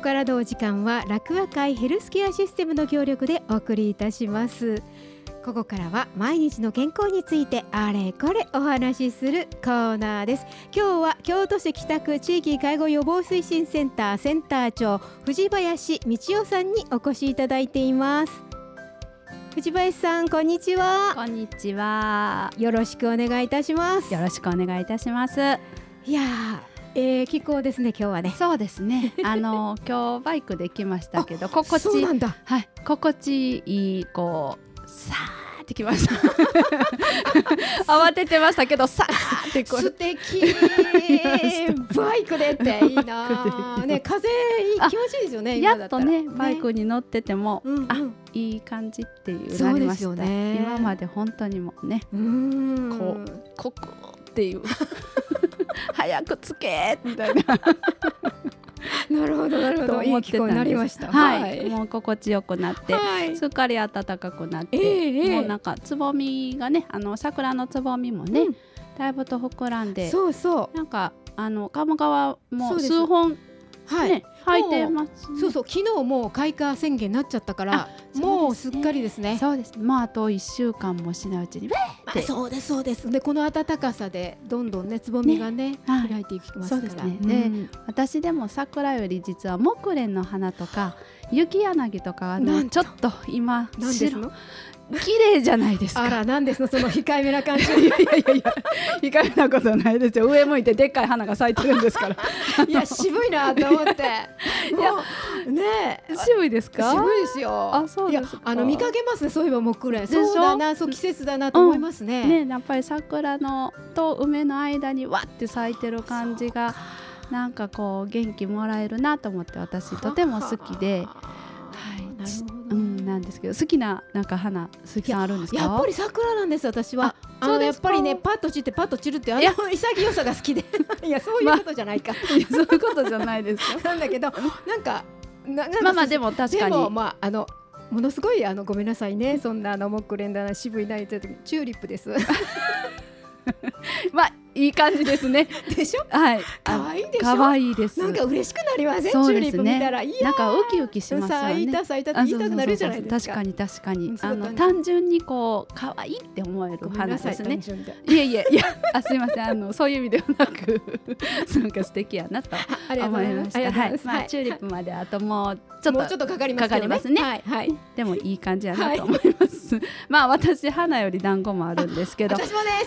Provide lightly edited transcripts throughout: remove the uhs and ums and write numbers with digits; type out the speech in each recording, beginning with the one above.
からのお時間は楽和会ヘルスケアシステムの協力でお送りいたします。ここからは毎日の健康についてあれこれお話しするコーナーです。今日は京都市北区地域介護予防推進センターセンター長藤林道夫さんにお越しいただいています。藤林さん、こんにちは。 こんにちは。 よろしくお願いいたします。 よろしくお願いいたします。 いや気候ですね、今日はね。 そうですね。今日バイクで来ましたけど、心地そうなんだ。 はい、心地いいさーってきました。慌ててましたけど、さーって素敵。バイクでっていいな。ね、風いい気持ちいいですよね。 やっとね、バイクに乗ってても、いい感じっていうなりました。今まで本当にもね、こくっていう早くつけみたいな。 なるほどなるほど、いい気候になりました。 はい、もう心地よくなって、すっかり暖かくなって、もうなんかつぼみがね、桜のつぼみもね、だいぶと膨らんで、 そうそう、 なんか鴨川も数本ね咲いてます。 そうそう、昨日もう開花宣言になっちゃったから、もうすっかりですね。 そうです。まああと1週間もしないうちにそうですそうです。でこの暖かさでどんどんねつぼみがね開いていきますから。そうですね。 で私でも桜より実は木蓮の花とか雪柳とかちょっと今何ですの綺麗じゃないですか。 あら、なんですのその控えめな感じ。 いや控えめなことないですよ。上向いてでっかい花が咲いてるんですから。 いや渋いなと思って。いやね、 渋いですか。 渋いですよ。 あ、そうですか。 見かけますね、そういえば木蓮。そうだな、そう季節だなと思いますね。 ね、やっぱり桜のと梅の間にわって咲いてる感じがなんかこう元気もらえるなと思って、私とても好きで、なんですけど、好きななんか花鈴木さんあるんですか。 やっぱり桜なんです、私は。やっぱりね、パッと散ってパッと散るって潔さが好きで。いや、そういうことじゃないか。 そういうことじゃないですよ。 なんだけど、なんかまあでも確かに、 でもものすごいごめんなさいね、そんな木蓮だな渋いな言ってるチューリップです。 まあいい感じですね。 でしょ。 はい。 可愛いでしょ。 可愛いです。 なんか嬉しくなりません？チューリップ見たら、いやなんかウキウキしますよね。 咲いた咲いたって言いたくなるじゃないですか。 確かに単純にこう可愛いって思える花ですね。いやすいません、そういう意味ではなくなんか素敵やなと思いました。はい。まあチューリップまであともうちょっとかかりますね。はい。でもいい感じやなと思います。まあ私花より団子もあるんですけど。 私もです。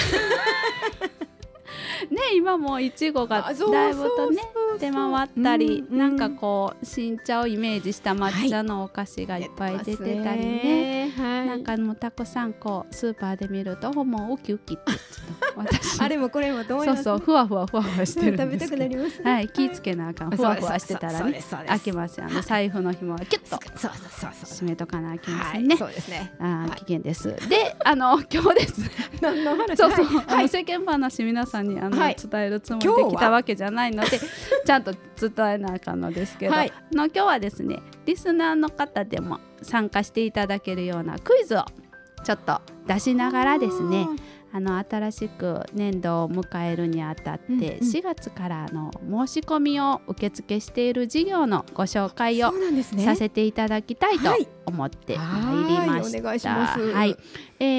ね、今もいちごがだいぶとね出回ったり、なんかこう新茶をイメージした抹茶のお菓子がいっぱい出てたりね、なんかもうたくさんこうスーパーで見るともうウキウキってちょっと私あれもこれもと思います。 そうふわふわしてるんですけど、 食べたくなりますね。 はい、気ぃつけなあかん。ふわふわしてたらね開けますよ。財布の紐はキュッと締めとかなあきませんね。 そうですね。 危険です。で今日ですね、 何の話。 そう世間話皆さんに伝えるつもりで来たわけじゃないのでちゃんと伝えなあかんのですけど、今日はですね、リスナーの方でも参加していただけるようなクイズをちょっと出しながらですね、新しく年度を迎えるにあたって4月からの申し込みを受付している事業のご紹介をさせていただきたいと思ってまいりました。 お願いします。 はい。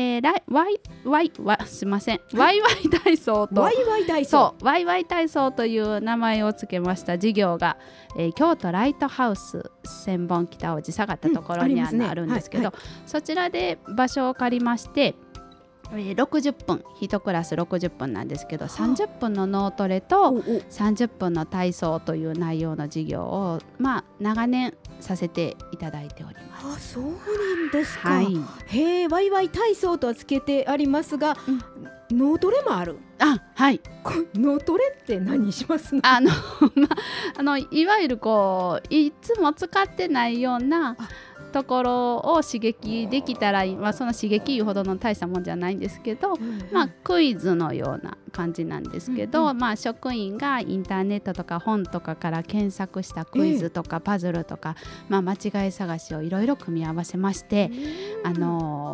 すいません。ワイワイ体操とワイワイ体操という名前をつけました事業が、京都ライトハウス千本北大路下がったところにあるんですけど、そちらで場所を借りまして。60分1クラス60分なんですけど、30分の脳トレと30分の体操という内容の授業を長年させていただいております。 そうなんですか。へえ、ワイワイ体操とはつけてありますが、脳トレもある。 はい。 脳トレって何しますの？ いわゆるこういつも使ってないようなところを刺激できたら、その刺激いうほどの大したもんじゃないんですけど、クイズのような感じなんですけど、職員がインターネットとか本とかから検索したクイズとかパズルとか、間違い探しをいろいろ組み合わせまして、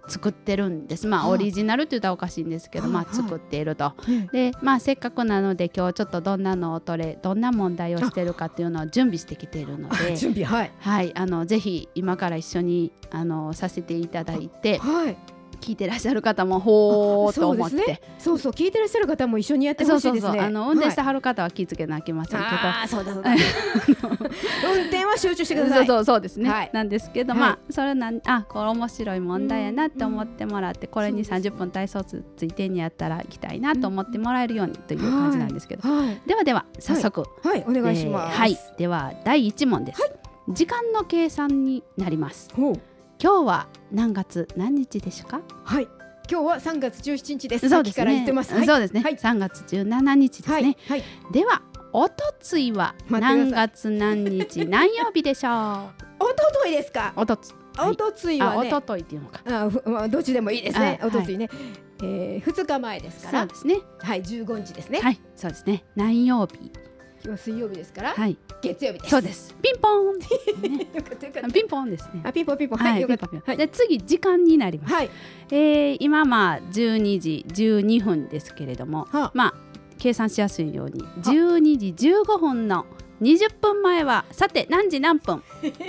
作ってるんです。オリジナルって言ったらおかしいんですけど、作っていると。でせっかくなので今日ちょっとどんなのをどんな問題をしてるかっていうのを準備してきているので、 準備、 ぜひ今から一緒にさせていただいて、聞いてらっしゃる方もほーと思って、 そう聞いてらっしゃる方も一緒にやってほしいですね。 運転してはる方は気付けなきゃいけませんけど、 運転は集中してください。 そうですね、なんですけど、それこれ面白い問題やなって思ってもらって、これに30分体操ついてんにやったら行きたいなと思ってもらえるようにという感じなんですけど、では早速、 お願いします。 では第1問です。時間の計算になります。今日は何月何日でしょうか？ 今日は3月17日です。 そうですね。 さっきから言ってます。 そうですね。3月17日ですね。ではおとついは何月何日何曜日でしょう？ おとといですか？ おとついはね、 おとといっていうのか。 どっちでもいいですね。おとついね。2日前ですから。 そうですね。 15日ですね。 そうですね。何曜日？ 今日は水曜日ですから、月曜日です。 そうです。ピンポンピンポンですね。 ピンポンピンポン。よかった。 で次時間になります。今12時12分ですけれども、計算しやすいように12時15分の20分前はさて何時何分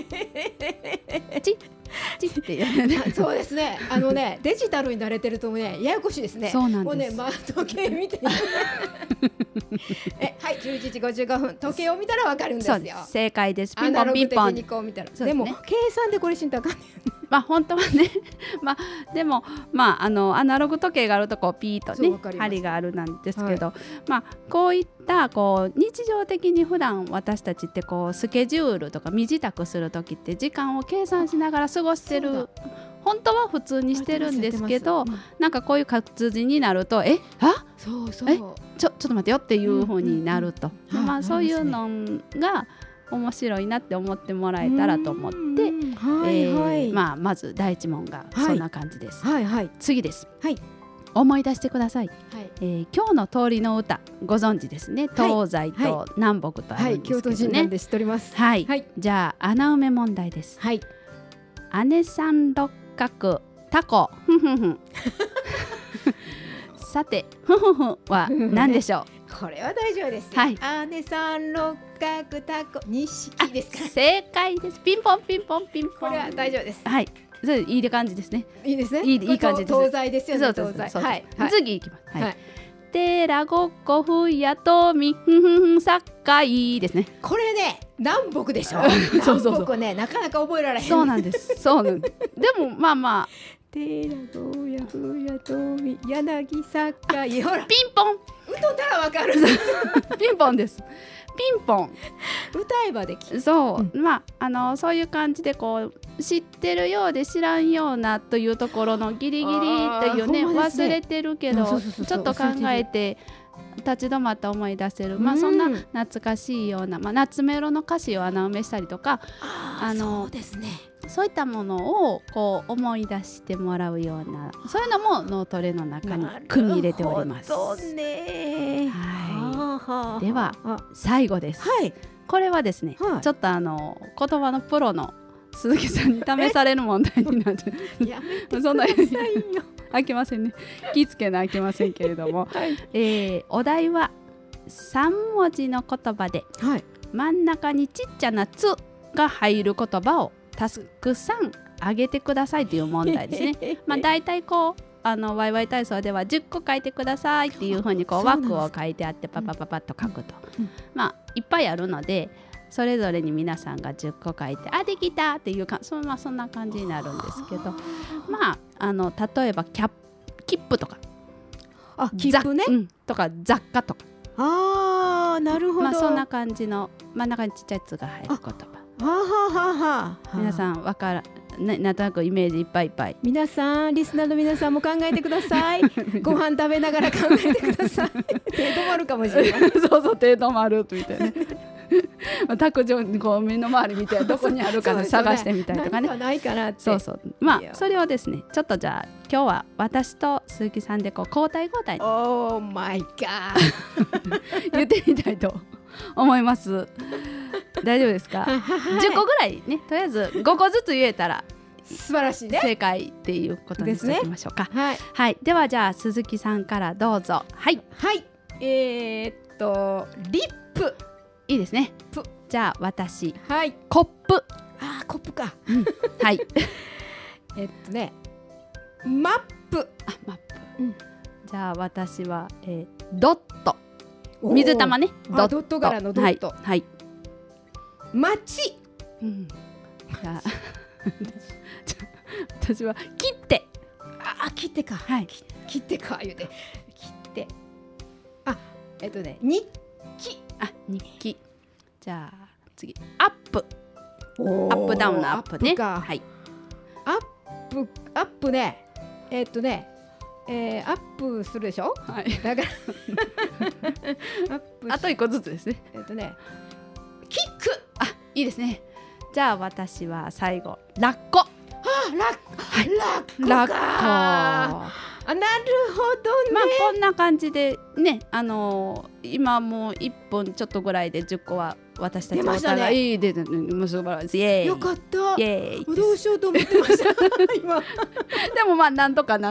チっていうそうですね。デジタルに慣れてるとね、ややこしいですね。 そうなんです。 もうね、時計見て11時55分、時計を見たらわかるんですよ。 正解です。ピンポンピンポン。 でも計算でこれしんとあかんねん。 本当はねでもアナログ時計があるとピーとね針があるなんですけど、こういった日常的に普段私たちってスケジュールとか身支度する時って時間を計算しながら過ごしてる、本当は普通にしてるんですけど、なんかこういう活字になるとちょっと待ってよっていう風になると、そういうのが面白いなって思ってもらえたらと思って、まず第一問がそんな感じです。次です。思い出してください。今日の通りの歌ご存知ですね。東西と南北とあるんですけどね。 京都人なんで知っております。 じゃあ穴埋め問題です。姉さん六角タコさてふふふは何でしょう？ これは大丈夫です。姉さん六角タコ錦ですか？ 正解です。ピンポンピンポンピンポン。 これは大丈夫です。 それいい感じですね。 いいですね。 いい感じです。 東西ですよね。東西。 次いきます。てらごっこふやとみさっかいですね。 これね、南北でしょ。南北ね、なかなか覚えられへん。 そうなんです。でもてらごやふやとみ柳さっかい、ほらピンポン。 歌ったらわかる。 ピンポンです。ピンポン。 歌えばできる。 そういう感じで知ってるようで知らんようなというところのギリギリというね、忘れてるけどちょっと考えて立ち止まって思い出せる、そんな懐かしいような、夏メロの歌詞を穴埋めしたりとか、 そうですね。 そういったものを思い出してもらうような、そういうのも脳トレの中に組み入れております。では最後です。これはですね、ちょっと言葉のプロの鈴木さんに試される問題になってやめてくださいよ。 あきませんね。気ぃつけなあきませんけれども、お題は3文字の言葉で、真ん中にちっちゃなつが入る言葉をたくさんあげてくださいという問題ですね。だいたいワイワイ体操では10個書いてくださいっていうふうに枠を書いてあってパパパパッと書くと、いっぱいあるのでそれぞれに皆さんが10個書いてできたっていうそんな感じになるんですけど、例えば切符とか切符ね、 とか雑貨とか、 なるほど、 そんな感じの真ん中にちっちゃい「つ」が入る言葉。皆さんなんとなくイメージいっぱいいっぱい。 皆さんリスナーの皆さんも考えてください。ご飯食べながら考えてください。手止まるかもしれない。 手止まるみたいな。卓上に目の周り見てどこにあるか探してみたりとかね。 ないかなって。 それをですね、ちょっとじゃあ今日は私と鈴木さんで交代交代にオーマイガー言ってみたいと思います。大丈夫ですか？10個ぐらいね、とりあえず5個ずつ言えたら素晴らしいね。 正解っていうことにしておきましょうか。 はい、 はい、ではじゃあ鈴木さんからどうぞ。はい、 はい、リップ。 いいですね。じゃあ私、 はい、 コップ。 コップか。 はいマップ。 マップ。じゃあ私は、ドット。水玉ね。 ドット柄のドット。 はい。 町。 じゃあ私は切手。 切手か。 はい。 切手か言うて。切手。日記。 日記。じゃあ次アップ。アップダウンのアップね。はい。 アップね。アップするでしょ。 はい。 だからアップ。 あと一個ずつですね。 キック。 いいですね。じゃあ私は最後ラッコ。 ラッコか。なるほどね。 こんな感じでね、今もう1分ちょっとぐらいで10個は私たちお互い出てる。素晴らしい。イエーイ。 よかった。 イエーイ。 どうしようと思ってました今。 でもなんとかいや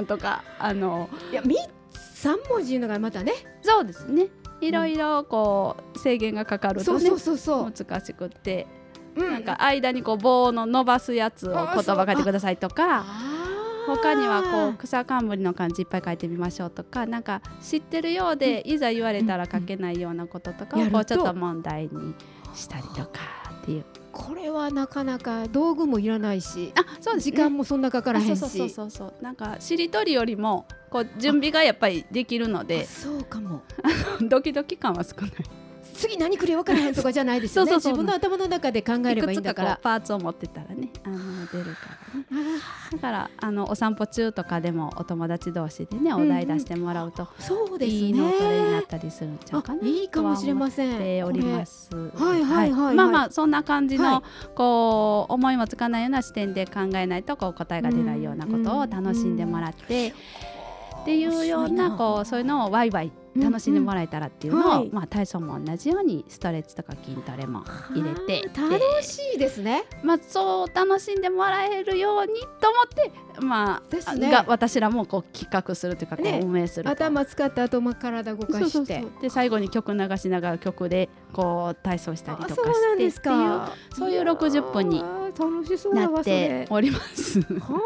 3文字のがまたね。 そうですね。いろいろこう制限がかかるとね、難しくって、なんか間にこう棒の伸ばすやつを言葉書いてくださいとか。他にはこう草冠の漢字いっぱい書いてみましょうとか、なんか知ってるようでいざ言われたら書けないようなこととかをこうちょっと問題にしたりとかっていう。 これはなかなか道具もいらないし、 そうですね、 時間もそんなかからへんし、 そうなんかしりとりよりもこう準備がやっぱりできるので、 そうかもドキドキ感は少ない。 次何くれ分からへんとかじゃないですよね。自分の頭の中で考えればいいんだから。 いくつかこうパーツを持ってたらね、出るからね。だからお散歩中とかでもお友達同士でね、お題出してもらうと、 そうですね、 いい脳トレになったりするんちゃうかな。 いいかもしれません。 ております。そんな感じのこう思いもつかないような視点で考えないとこう答えが出ないようなことを楽しんでもらってっていうようなこうそういうのをワイワイ楽しんでもらえたらっていうのを、体操も同じようにストレッチとか筋トレも入れて、 楽しいですね。 そう楽しんでもらえるようにと思ってですね、私らもこう企画するというかこう運営すると、 頭使って頭体動かしてで最後に曲流しながら曲でこう体操したりとかしてっていうそういう60分になっております。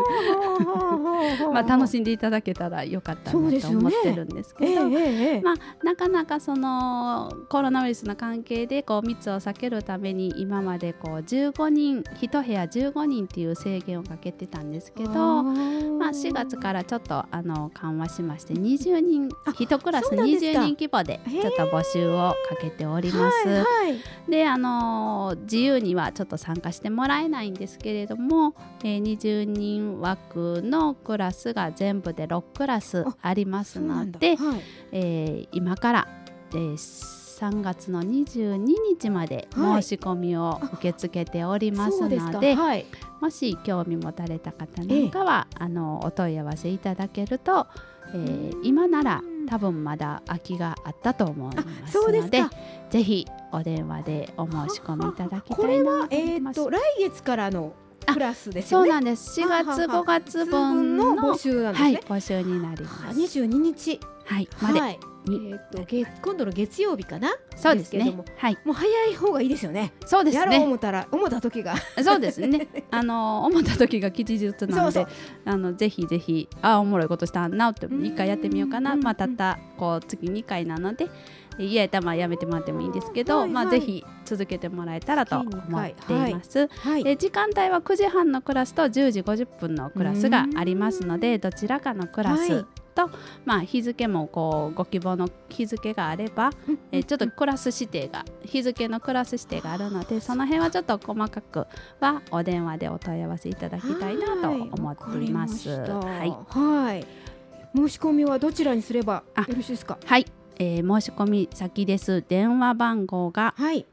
楽しんでいただけたらよかったなと思ってるんですけど、なかなかそのコロナウイルスの関係でこう密を避けるために今までこう15人1部屋15人っていう制限をかけてたんですけど、4月からちょっと緩和しまして20人1クラス20人規模でちょっと募集をかけております。で自由にはちょっと参加してもらえないんですけれども、20人枠のクラスが全部で6クラスありますので、今から、3月の22日まで申し込みを受け付けておりますので、もし興味持たれた方なんかは、お問い合わせいただけると、今なら多分まだ空きがあったと思いますので、ぜひお電話でお申し込みいただきたいなと思います。 来月からのクラスですよね。 そうなんです。4月5月分の募集なんですね。 募集になります。 22日まで。 今度の月曜日かな。 そうですね。 もう早い方がいいですよね。 そうですね。 やろう思った時がそうですね。思った時が吉日なので、ぜひぜひおもろいことしたなって1回やってみようかな。たったこう月2回なので、やめてもらってもいいんですけど、ぜひ続けてもらえたらと思っています。時間帯は9時半のクラスと10時50分のクラスがありますので、どちらかのクラスと、日付もこうご希望の日付があれば、ちょっとクラス指定が日付のクラス指定があるので、その辺はちょっと細かくはお電話でお問い合わせいただきたいなと思っています。申し込みはどちらにすればよろしいですか。 申し込み先です。電話番号が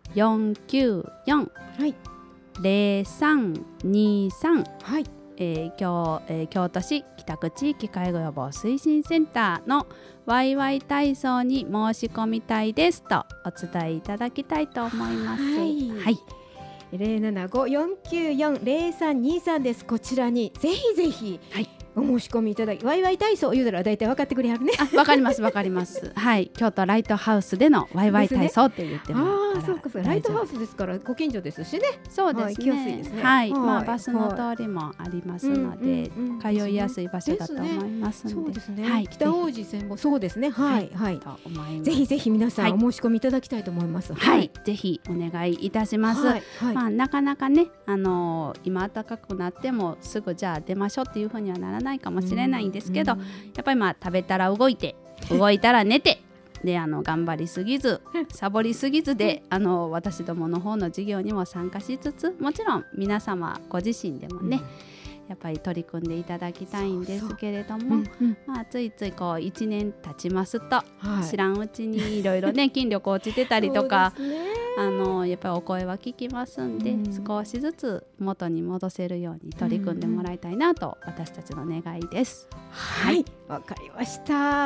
494-0323、京都市北区地域介護予防推進センターのワイワイ体操に申し込みたいですとお伝えいただきたいと思います。 075-494-0323です。こちらにぜひぜひ、お申し込みいただき、ワイワイ体操言うたら大体分かってくれはるね。 わかりますわかります。はい、京都ライトハウスでのワイワイ体操って言ってもらったら、 そうかそうか、ライトハウスですからご近所ですしね。 そうですね。来やすいですね。はい、まあバスの通りもありますので、通いやすい場所だと思いますので。 そうですね。はい、北大路線もそうですね。はいはい。 と思います。 ぜひぜひ皆さんお申し込みいただきたいと思います。 はい、ぜひお願いいたします。まあなかなかね、今暖かくなってもすぐじゃあ出ましょうっていうふうにはならないかもしれないんですけど、やっぱりまあ食べたら動いて、動いたら寝てで頑張りすぎずサボりすぎずで私どもの方の授業にも参加しつつ、もちろん皆様ご自身でもね、やっぱり取り組んでいただきたいんですけれども、まあ、ついついこう1年経ちますと、知らんうちにいろいろね筋力落ちてたりとか、やっぱりお声は聞きますんで、少しずつ元に戻せるように取り組んでもらいたいなと私たちの願いです。 はい、わかりました。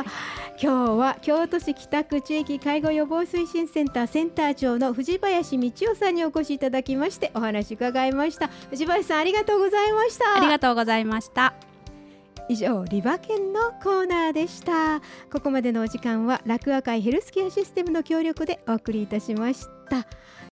今日は京都市北区地域介護予防推進センターセンター長の藤林道夫さんにお越しいただきましてお話伺いました。藤林さん、ありがとうございました。 ありがとうございました。 以上、リバケンのコーナーでした。ここまでのお時間は楽和会ヘルスケアシステムの協力でお送りいたしました。